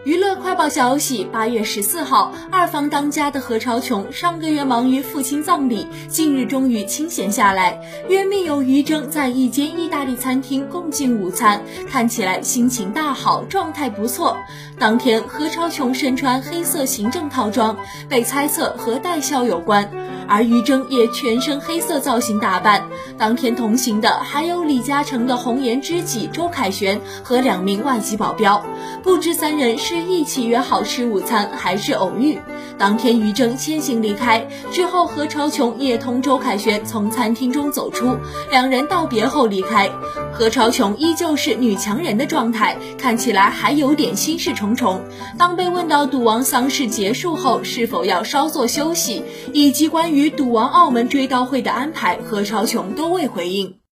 娱乐快报消息，8月14号，二房当家的何超琼上个月忙于父亲葬礼，近日终于清闲下来，约密友于峥在一间意大利餐厅共进午餐，看起来心情大好，状态不错。当天，何超琼身穿黑色行政套装，被猜测和带孝有关，而于峥也全身黑色造型打扮。当天同行的还有李嘉诚的红颜知己周凯旋和2名外籍保镖，不知3人是一起约好吃午餐还是偶遇。当天于峥先行离开，之后何超琼也同周凯旋从餐厅中走出，2人道别后离开。何超琼依旧是女强人的状态，看起来还有点心事重重。当被问到赌王丧事结束后是否要稍作休息，以及关于赌王澳门追悼会的安排，何超琼都未回应。